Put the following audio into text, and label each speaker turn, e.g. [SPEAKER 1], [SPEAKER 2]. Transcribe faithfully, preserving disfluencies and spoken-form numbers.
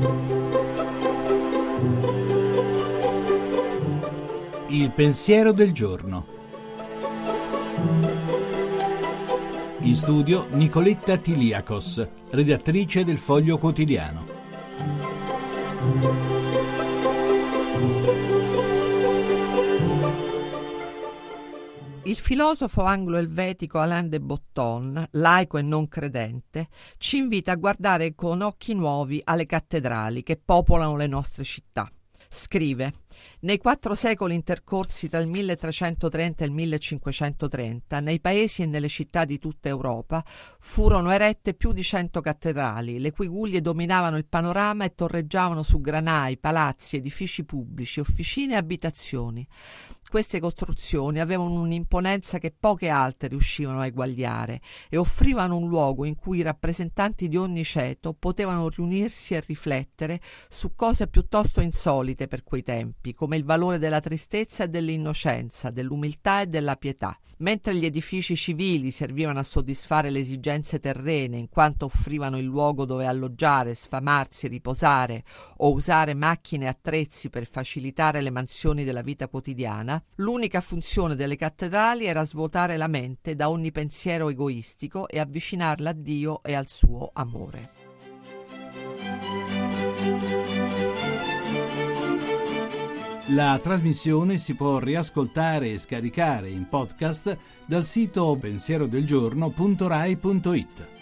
[SPEAKER 1] Il pensiero del giorno. In studio Nicoletta Tiliakos, redattrice del Foglio Quotidiano.
[SPEAKER 2] Il filosofo anglo-elvetico Alain de Botton, laico e non credente, ci invita a guardare con occhi nuovi alle cattedrali che popolano le nostre città. Scrive: nei quattro secoli intercorsi tra il milletrecentotrenta e il millecinquecentotrenta, nei paesi e nelle città di tutta Europa furono erette più di cento cattedrali, le cui guglie dominavano il panorama e torreggiavano su granai, palazzi, edifici pubblici, officine e abitazioni. Queste costruzioni avevano un'imponenza che poche altre riuscivano a eguagliare e offrivano un luogo in cui i rappresentanti di ogni ceto potevano riunirsi e riflettere su cose piuttosto insolite per quei tempi, come il valore della tristezza e dell'innocenza, dell'umiltà e della pietà. Mentre gli edifici civili servivano a soddisfare le esigenze terrene, in quanto offrivano il luogo dove alloggiare, sfamarsi, riposare o usare macchine e attrezzi per facilitare le mansioni della vita quotidiana, l'unica funzione delle cattedrali era svuotare la mente da ogni pensiero egoistico e avvicinarla a Dio e al suo amore.
[SPEAKER 1] La trasmissione si può riascoltare e scaricare in podcast dal sito pensierodelgiorno punto rai punto it.